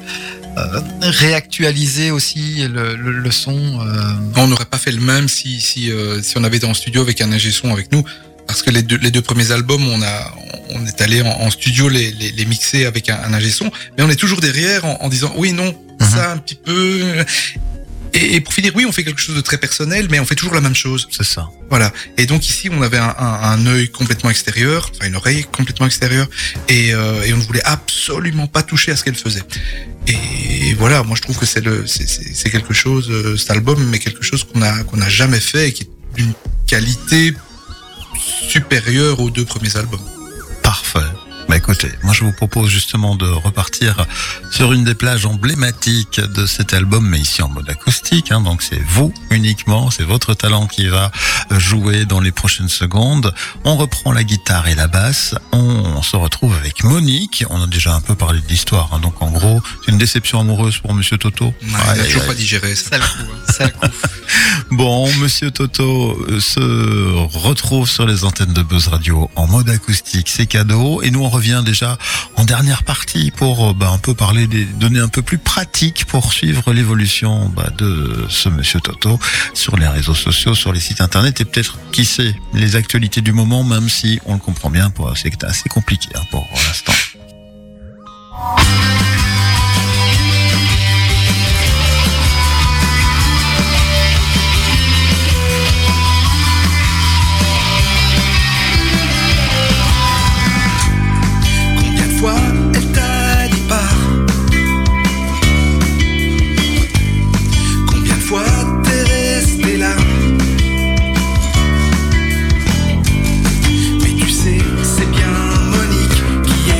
réactualisé aussi le son. On n'aurait pas fait le même si on avait été en studio avec un ingé son avec nous, parce que les deux premiers albums, on est allé en studio les mixer avec un ingé son, mais on est toujours derrière en disant oui, non, ça un petit peu. Et pour finir, oui, on fait quelque chose de très personnel, mais on fait toujours la même chose. C'est ça. Voilà. Et donc ici, on avait un œil complètement extérieur, enfin une oreille complètement extérieure, et on ne voulait absolument pas toucher à ce qu'elle faisait. Et voilà, moi je trouve que c'est quelque chose, cet album, mais quelque chose qu'on a jamais fait et qui est d'une qualité supérieure aux 2 premiers albums. Parfait. Bah écoutez, moi je vous propose justement de repartir sur une des plages emblématiques de cet album, mais ici en mode acoustique, hein, donc c'est vous uniquement, c'est votre talent qui va jouer dans les prochaines secondes. On reprend la guitare et la basse, on se retrouve avec Monique, on a déjà un peu parlé de l'histoire, hein, donc en gros, c'est une déception amoureuse pour Monsieur Toto. Ouais, il a toujours pas digéré ça. Ça le coup. Bon, Monsieur Toto se retrouve sur les antennes de Buzz Radio en mode acoustique, c'est cadeau. Et nous, on revient déjà en dernière partie pour un peu parler des données un peu plus pratiques pour suivre l'évolution de ce Monsieur Toto sur les réseaux sociaux, sur les sites internet et peut-être, qui sait, les actualités du moment, même si on le comprend bien, c'est assez compliqué pour l'instant. Elle t'a dit pars. Combien de fois t'es resté là? Mais tu sais, c'est bien Monique qui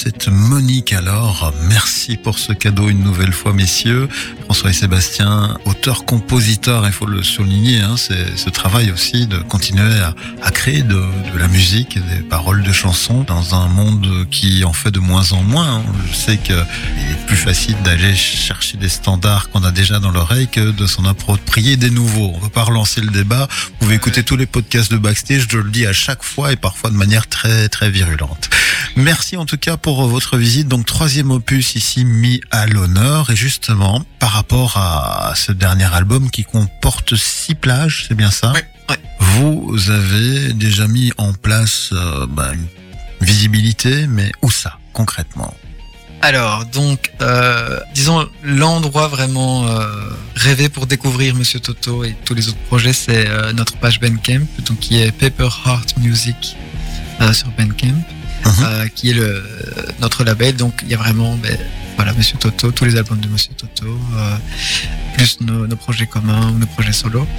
c'est Monique alors. Merci pour ce cadeau une nouvelle fois, messieurs. François et Sébastien, auteurs-compositeurs, il faut le souligner, hein, c'est ce travail aussi de continuer à créer de la musique et des paroles de chansons dans un monde qui en fait de moins en moins. Je sais qu'il est plus facile d'aller chercher des standards qu'on a déjà dans l'oreille que de s'en approprier des nouveaux. On ne va pas relancer le débat. Vous pouvez écouter tous les podcasts de Backstage, je le dis à chaque fois et parfois de manière très très virulente. Merci en tout cas pour votre visite. Donc 3e opus ici mis à l'honneur. Et justement, par rapport à ce dernier album qui comporte 6 plages, c'est bien ça ? Oui. Ouais. Vous avez déjà mis en place une visibilité, mais où ça concrètement ? Alors, donc, disons, l'endroit vraiment rêvé pour découvrir Monsieur Toto et tous les autres projets, c'est notre page Bandcamp, donc qui est Paper Heart Music sur Bandcamp, qui est notre label. Donc, il y a vraiment, Monsieur Toto, tous les albums de Monsieur Toto, plus nos projets communs, nos projets solo.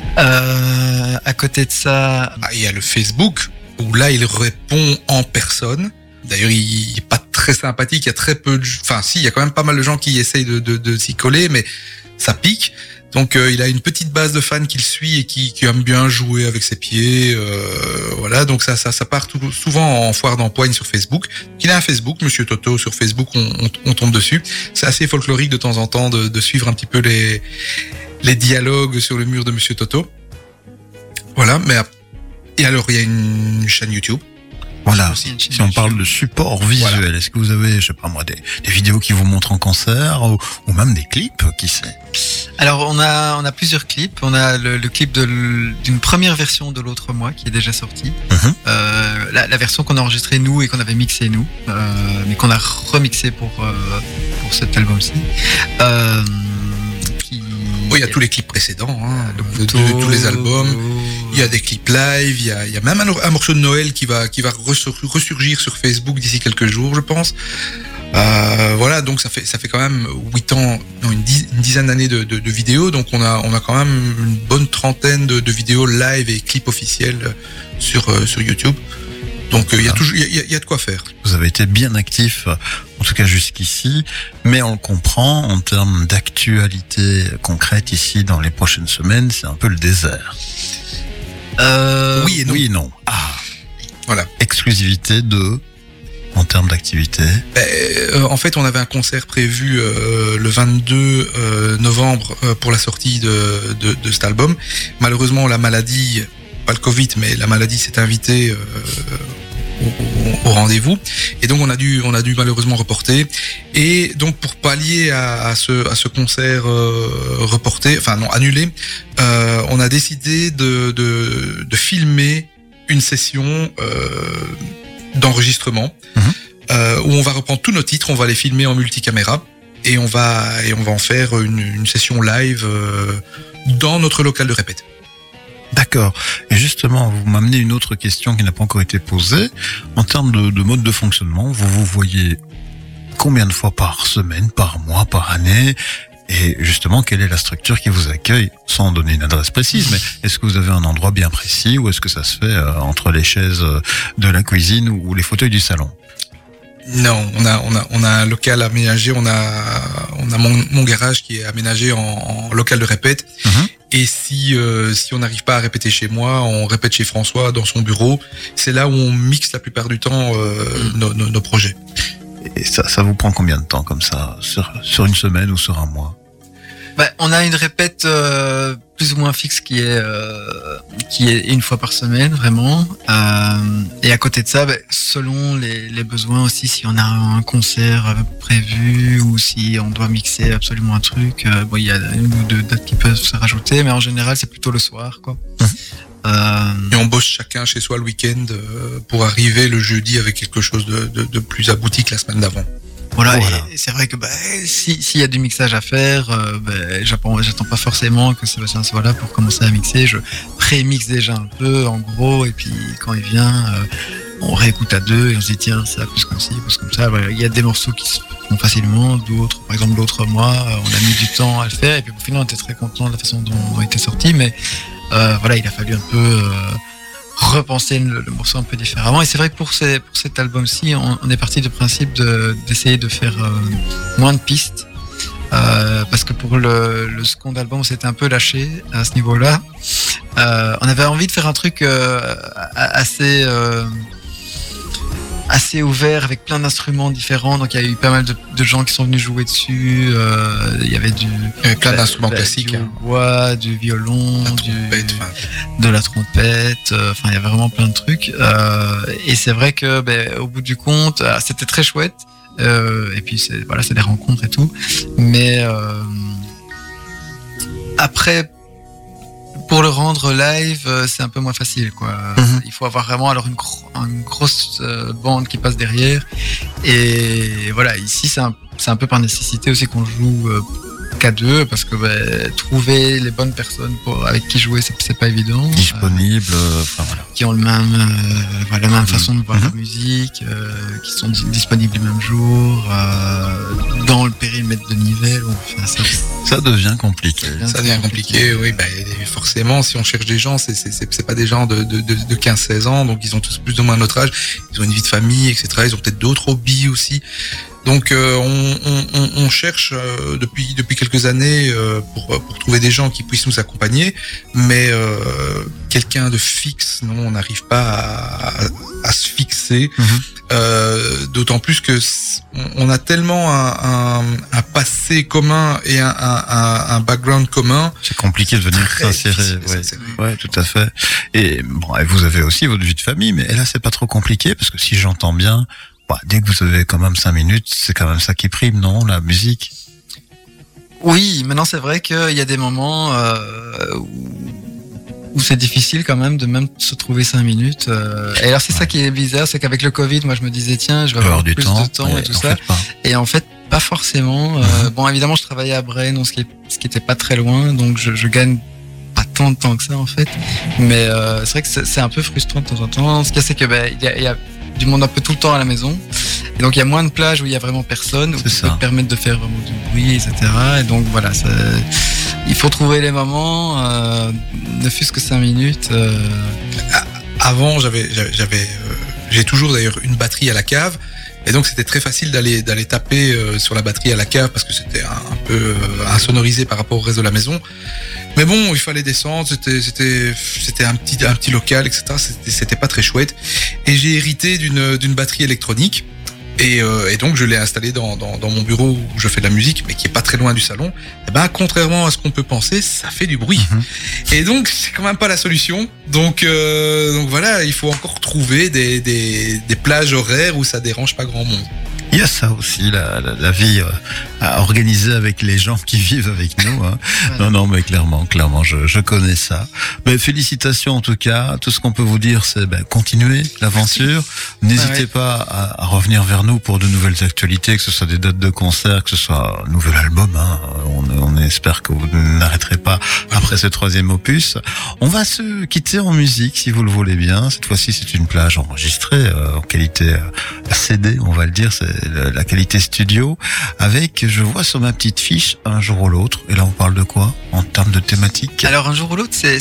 À côté de ça, Il y a le Facebook où là, il répond en personne. D'ailleurs, il est pas très sympathique. Il y a très peu de, il y a quand même pas mal de gens qui essayent de s'y coller, mais ça pique. Donc, il a une petite base de fans qu'il suit et qui aime bien jouer avec ses pieds. Voilà. Donc ça part souvent en foire d'empoigne sur Facebook. Il a un Facebook, Monsieur Toto sur Facebook. On tombe dessus. C'est assez folklorique de temps en temps de suivre un petit peu les dialogues sur le mur de Monsieur Toto. Voilà. Et alors, il y a une chaîne YouTube. Voilà, aussi une chaîne si on parle de support visuel, Voilà. Est-ce que vous avez, je sais pas moi, des vidéos qui vous montrent en concert ou même des clips, qui sait ? alors on a plusieurs clips. On a le clip d'une première version de l'autre mois qui est déjà sorti. La version qu'on a enregistrée nous et qu'on avait mixée nous, mais qu'on a remixé pour cet album-ci. Il y a tous les clips précédents, de tous les albums. Il y a des clips live, il y a même un morceau de Noël qui va ressurgir sur Facebook d'ici quelques jours, je pense. Voilà, donc ça fait quand même 8 ans, non, une dizaine d'années de vidéos, donc on a quand même une bonne trentaine de vidéos live et clips officiels sur YouTube. Donc il y a de quoi faire. Vous avez été bien actif, en tout cas jusqu'ici, mais on le comprend, en termes d'actualité concrète ici dans les prochaines semaines, c'est un peu le désert. Oui et non. Oui et non. Voilà. Exclusivité en termes d'activité. En fait, on avait un concert prévu le 22 novembre pour la sortie de cet album. Malheureusement, la maladie, pas le Covid, mais la maladie s'est invitée au rendez-vous. Et donc, on a dû malheureusement reporter. Et donc, pour pallier à ce concert annulé, on a décidé de filmer une session d'enregistrement où on va reprendre tous nos titres, on va les filmer en multicaméra et on va en faire une session live dans notre local de répète. D'accord. Et justement, vous m'amenez une autre question qui n'a pas encore été posée. En termes de mode de fonctionnement, vous voyez combien de fois par semaine, par mois, par année ? Et justement, quelle est la structure qui vous accueille, sans donner une adresse précise, mais est-ce que vous avez un endroit bien précis ou est-ce que ça se fait entre les chaises de la cuisine ou les fauteuils du salon ? Non, on a un local aménagé, on a mon garage qui est aménagé en local de répète. Et si on n'arrive pas à répéter chez moi, on répète chez François dans son bureau. C'est là où on mixe la plupart du temps nos projets. Et ça vous prend combien de temps comme ça, sur une semaine ou sur un mois ? On a une répète plus ou moins fixe qui est une fois par semaine vraiment. Et à côté de ça, selon les besoins aussi, si on a un concert prévu ou si on doit mixer absolument un truc, il y a une ou deux dates qui peuvent se rajouter, mais en général c'est plutôt le soir, quoi. Et on bosse chacun chez soi le week-end pour arriver le jeudi avec quelque chose de plus abouti que la semaine d'avant. Voilà. Et c'est vrai que s'il y a du mixage à faire, j'attends pas forcément que Sébastien soit là pour commencer à mixer. Je pré-mixe déjà un peu, en gros, et puis quand il vient, on réécoute à deux et on se dit tiens, ça plus comme ci, plus comme ça. Il y a des morceaux qui se font facilement, d'autres, par exemple l'autre mois, on a mis du temps à le faire, et puis au final on était très content de la façon dont il était sorti, mais il a fallu un peu repenser le morceau un peu différemment. Et c'est vrai que pour cet album-ci, on est parti du principe d'essayer de faire moins de pistes. Parce que pour le second album, on s'était un peu lâché à ce niveau-là. On avait envie de faire un truc assez ouvert avec plein d'instruments différents. Donc il y a eu pas mal de gens qui sont venus jouer dessus. Il y avait plein d'instruments classiques, du bois, du violon, de la trompette. Enfin il y avait vraiment plein de trucs. Et c'est vrai que au bout du compte, c'était très chouette. Et puis c'est des rencontres et tout. Mais après, pour le rendre live, c'est un peu moins facile, quoi. Mhm. Il faut avoir vraiment alors une grosse bande qui passe derrière. Et voilà, ici c'est un peu par nécessité aussi qu'on joue qu'à deux, parce que trouver les bonnes personnes avec qui jouer, c'est pas évident. Disponible, voilà. Qui ont la même façon de voir la musique, qui sont disponibles le même jour, dans le périmètre de Nivelles. Enfin, Ça devient compliqué. Ça devient compliqué, oui. Forcément, si on cherche des gens, c'est pas des gens de 15-16 ans, donc ils ont tous plus ou moins notre âge. Ils ont une vie de famille, etc. Ils ont peut-être d'autres hobbies aussi. Donc on cherche depuis quelques années pour trouver des gens qui puissent nous accompagner, mais quelqu'un de fixe, non, on n'arrive pas à se fixer. D'autant plus que on a tellement un passé commun et un background commun. C'est compliqué de venir s'insérer. Ouais, tout à fait. Et bon, et vous avez aussi votre vie de famille, mais là c'est pas trop compliqué parce que si j'entends bien, dès que vous avez quand même 5 minutes, c'est quand même ça qui prime, non, la musique? Oui, maintenant c'est vrai qu'il y a des moments où c'est difficile quand même de même se trouver 5 minutes. Et alors c'est ça qui est bizarre, c'est qu'avec le Covid, moi je me disais tiens, je vais avoir plus de temps et tout ça. Et en fait, pas forcément. Bon, évidemment, je travaillais à Braine, donc ce qui était pas très loin, donc je gagne pas tant de temps que ça en fait. Mais c'est vrai que c'est un peu frustrant de temps en temps. Ce qu'il y a, c'est que il y a du monde un peu tout le temps à la maison. Et donc il y a moins de plages où il y a vraiment personne, où ça peut te permettre de faire vraiment du bruit, etc. Et donc voilà, il faut trouver les moments, ne fût-ce que 5 minutes. Avant, j'ai toujours d'ailleurs une batterie à la cave. Et donc c'était très facile d'aller taper sur la batterie à la cave parce que c'était un peu insonorisé par rapport au reste de la maison. Mais bon, il fallait descendre, c'était un petit local, etc. C'était pas très chouette. Et j'ai hérité d'une batterie électronique. Et donc je l'ai installée dans mon bureau où je fais de la musique, mais qui est pas très loin du salon. Et contrairement à ce qu'on peut penser, ça fait du bruit. Et donc c'est quand même pas la solution. Donc voilà, il faut encore trouver des plages horaires où ça dérange pas grand monde. Il y a ça aussi, la vie à organiser avec les gens qui vivent avec nous. Hein. Ouais. Non, mais clairement, je connais ça. Mais félicitations en tout cas. Tout ce qu'on peut vous dire, c'est continuez l'aventure. N'hésitez pas à revenir vers nous pour de nouvelles actualités, que ce soit des dates de concert, que ce soit un nouvel album. Hein. On espère que vous n'arrêterez pas après ce 3e opus. On va se quitter en musique, si vous le voulez bien. Cette fois-ci, c'est une plage enregistrée en qualité CD, on va le dire. C'est la qualité studio, avec, je vois sur ma petite fiche, Un jour ou l'autre. Et là, on parle de quoi en termes de thématique? Alors, Un jour ou l'autre, c'est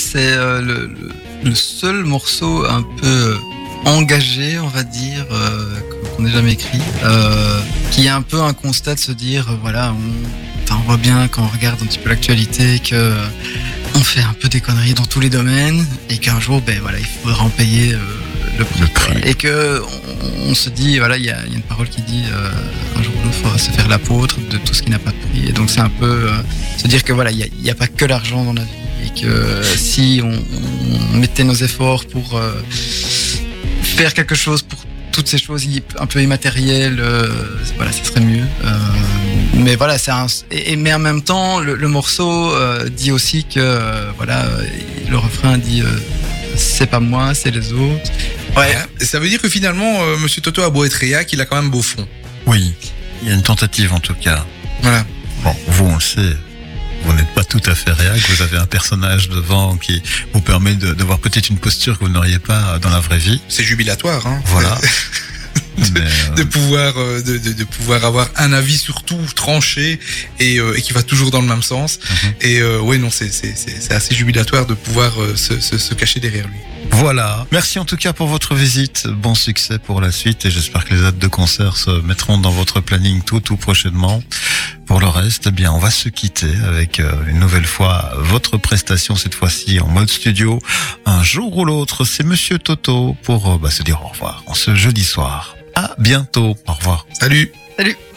le seul morceau un peu engagé, on va dire, qu'on n'ait jamais écrit, qui est un peu un constat de se dire, on voit bien quand on regarde un petit peu l'actualité que on fait un peu des conneries dans tous les domaines et qu'un jour, il faudra en payer le prix. Et que on se dit, il y a une parole qui dit un jour ou l'autre, il faudra se faire l'apôtre de tout ce qui n'a pas de prix. Et donc c'est un peu se dire que il y a pas que l'argent dans la vie et que si on mettait nos efforts pour faire quelque chose pour toutes ces choses un peu immatérielles, ce serait mieux. Mais voilà, mais en même temps, le morceau dit aussi que le refrain dit c'est pas moi, c'est les autres. Ouais. Ça veut dire que finalement, Monsieur Toto a beau être réac, il a quand même beau fond. Oui, il y a une tentative en tout cas. Voilà. Bon, vous on le sait, vous n'êtes pas tout à fait réac, vous avez un personnage devant qui vous permet de voir peut-être une posture que vous n'auriez pas dans la vraie vie. C'est jubilatoire, hein. Voilà. de pouvoir avoir un avis sur tout tranché et qui va toujours dans le même sens. Et ouais, non, c'est assez jubilatoire de pouvoir se cacher derrière lui. Voilà. Merci en tout cas pour votre visite. Bon succès pour la suite et j'espère que les dates de concert se mettront dans votre planning tout prochainement. Pour le reste, eh bien, on va se quitter avec une nouvelle fois votre prestation, cette fois-ci en mode studio. Un jour ou l'autre, c'est Monsieur Toto pour se dire au revoir en ce jeudi soir. À bientôt. Au revoir. Salut! Salut!